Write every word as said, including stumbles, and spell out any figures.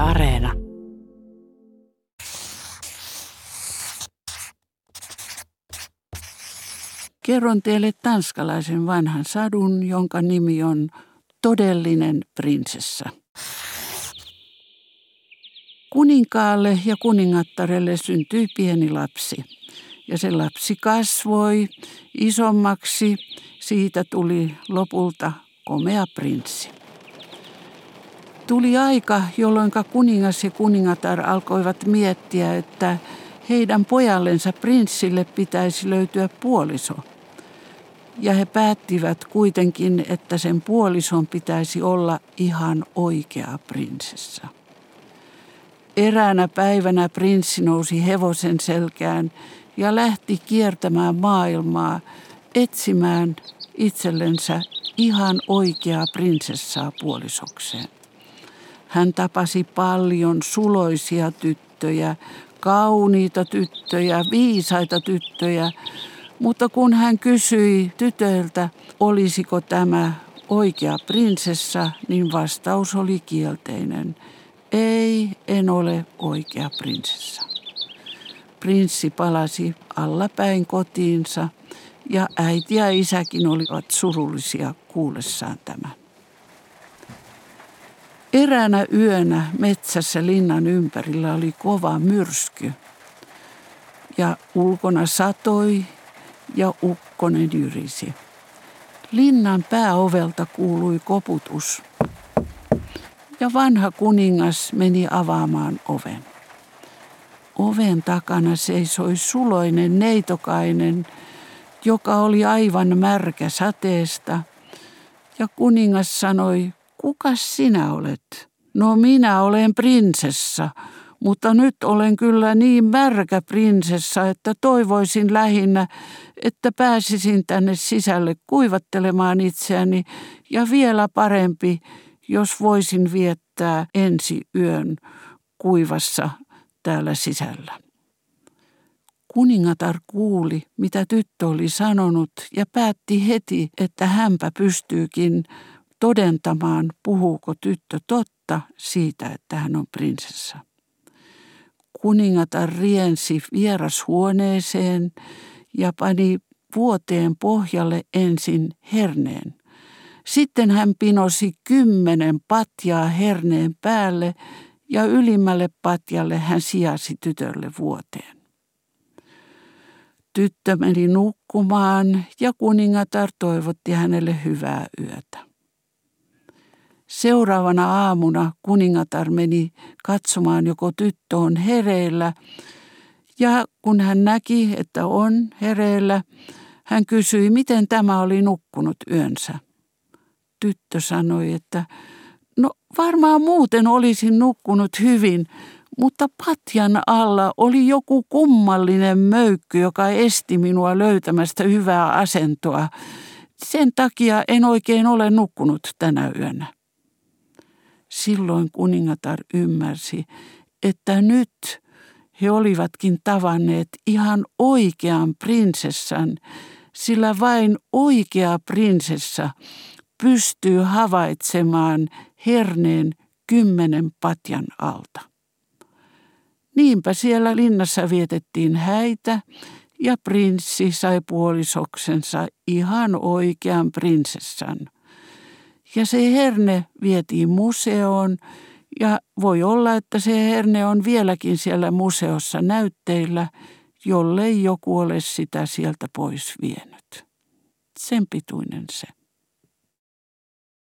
Areena. Kerron teille tanskalaisen vanhan sadun, jonka nimi on Todellinen prinsessa. Kuninkaalle ja kuningattarelle syntyi pieni lapsi. Ja se lapsi kasvoi isommaksi. Siitä tuli lopulta komea prinssi. Tuli aika, jolloin kuningas ja kuningatar alkoivat miettiä, että heidän pojallensa prinssille pitäisi löytyä puoliso. Ja he päättivät kuitenkin, että sen puolison pitäisi olla ihan oikea prinsessa. Eräänä päivänä prinssi nousi hevosen selkään ja lähti kiertämään maailmaa etsimään itsellensä ihan oikeaa prinsessaa puolisokseen. Hän tapasi paljon suloisia tyttöjä, kauniita tyttöjä, viisaita tyttöjä, mutta kun hän kysyi tytöiltä, olisiko tämä oikea prinsessa, niin vastaus oli kielteinen. Ei, en ole oikea prinsessa. Prinssi palasi allapäin kotiinsa ja äiti ja isäkin olivat surullisia kuullessaan tämän. Eräänä yönä metsässä linnan ympärillä oli kova myrsky ja ulkona satoi ja ukkonen jyrisi. Linnan pääovelta kuului koputus ja vanha kuningas meni avaamaan oven. Oven takana seisoi suloinen neitokainen, joka oli aivan märkä sateesta, ja kuningas sanoi, kukas sinä olet? No minä olen prinsessa, mutta nyt olen kyllä niin märkä prinsessa, että toivoisin lähinnä, että pääsisin tänne sisälle kuivattelemaan itseäni ja vielä parempi, jos voisin viettää ensi yön kuivassa täällä sisällä. Kuningatar kuuli, mitä tyttö oli sanonut ja päätti heti, että hänpä pystyykin todentamaan, puhuuko tyttö totta siitä, että hän on prinsessa. Kuningatar riensi vierashuoneeseen ja pani vuoteen pohjalle ensin herneen. Sitten hän pinosi kymmenen patjaa herneen päälle ja ylimmälle patjalle hän sijasi tytölle vuoteen. Tyttö meni nukkumaan ja kuningatar toivotti hänelle hyvää yötä. Seuraavana aamuna kuningatar meni katsomaan, joko tyttö on hereillä, ja kun hän näki, että on hereillä, hän kysyi, miten tämä oli nukkunut yönsä. Tyttö sanoi, että no varmaan muuten olisin nukkunut hyvin, mutta patjan alla oli joku kummallinen möykky, joka esti minua löytämästä hyvää asentoa. Sen takia en oikein ole nukkunut tänä yönä. Silloin kuningatar ymmärsi, että nyt he olivatkin tavanneet ihan oikean prinsessan, sillä vain oikea prinsessa pystyy havaitsemaan herneen kymmenen patjan alta. Niinpä siellä linnassa vietettiin häitä ja prinssi sai puolisoksensa ihan oikean prinsessan. Ja se herne vietiin museoon ja voi olla, että se herne on vieläkin siellä museossa näytteillä, jollei joku ole sitä sieltä pois vienyt. Sen pituinen se.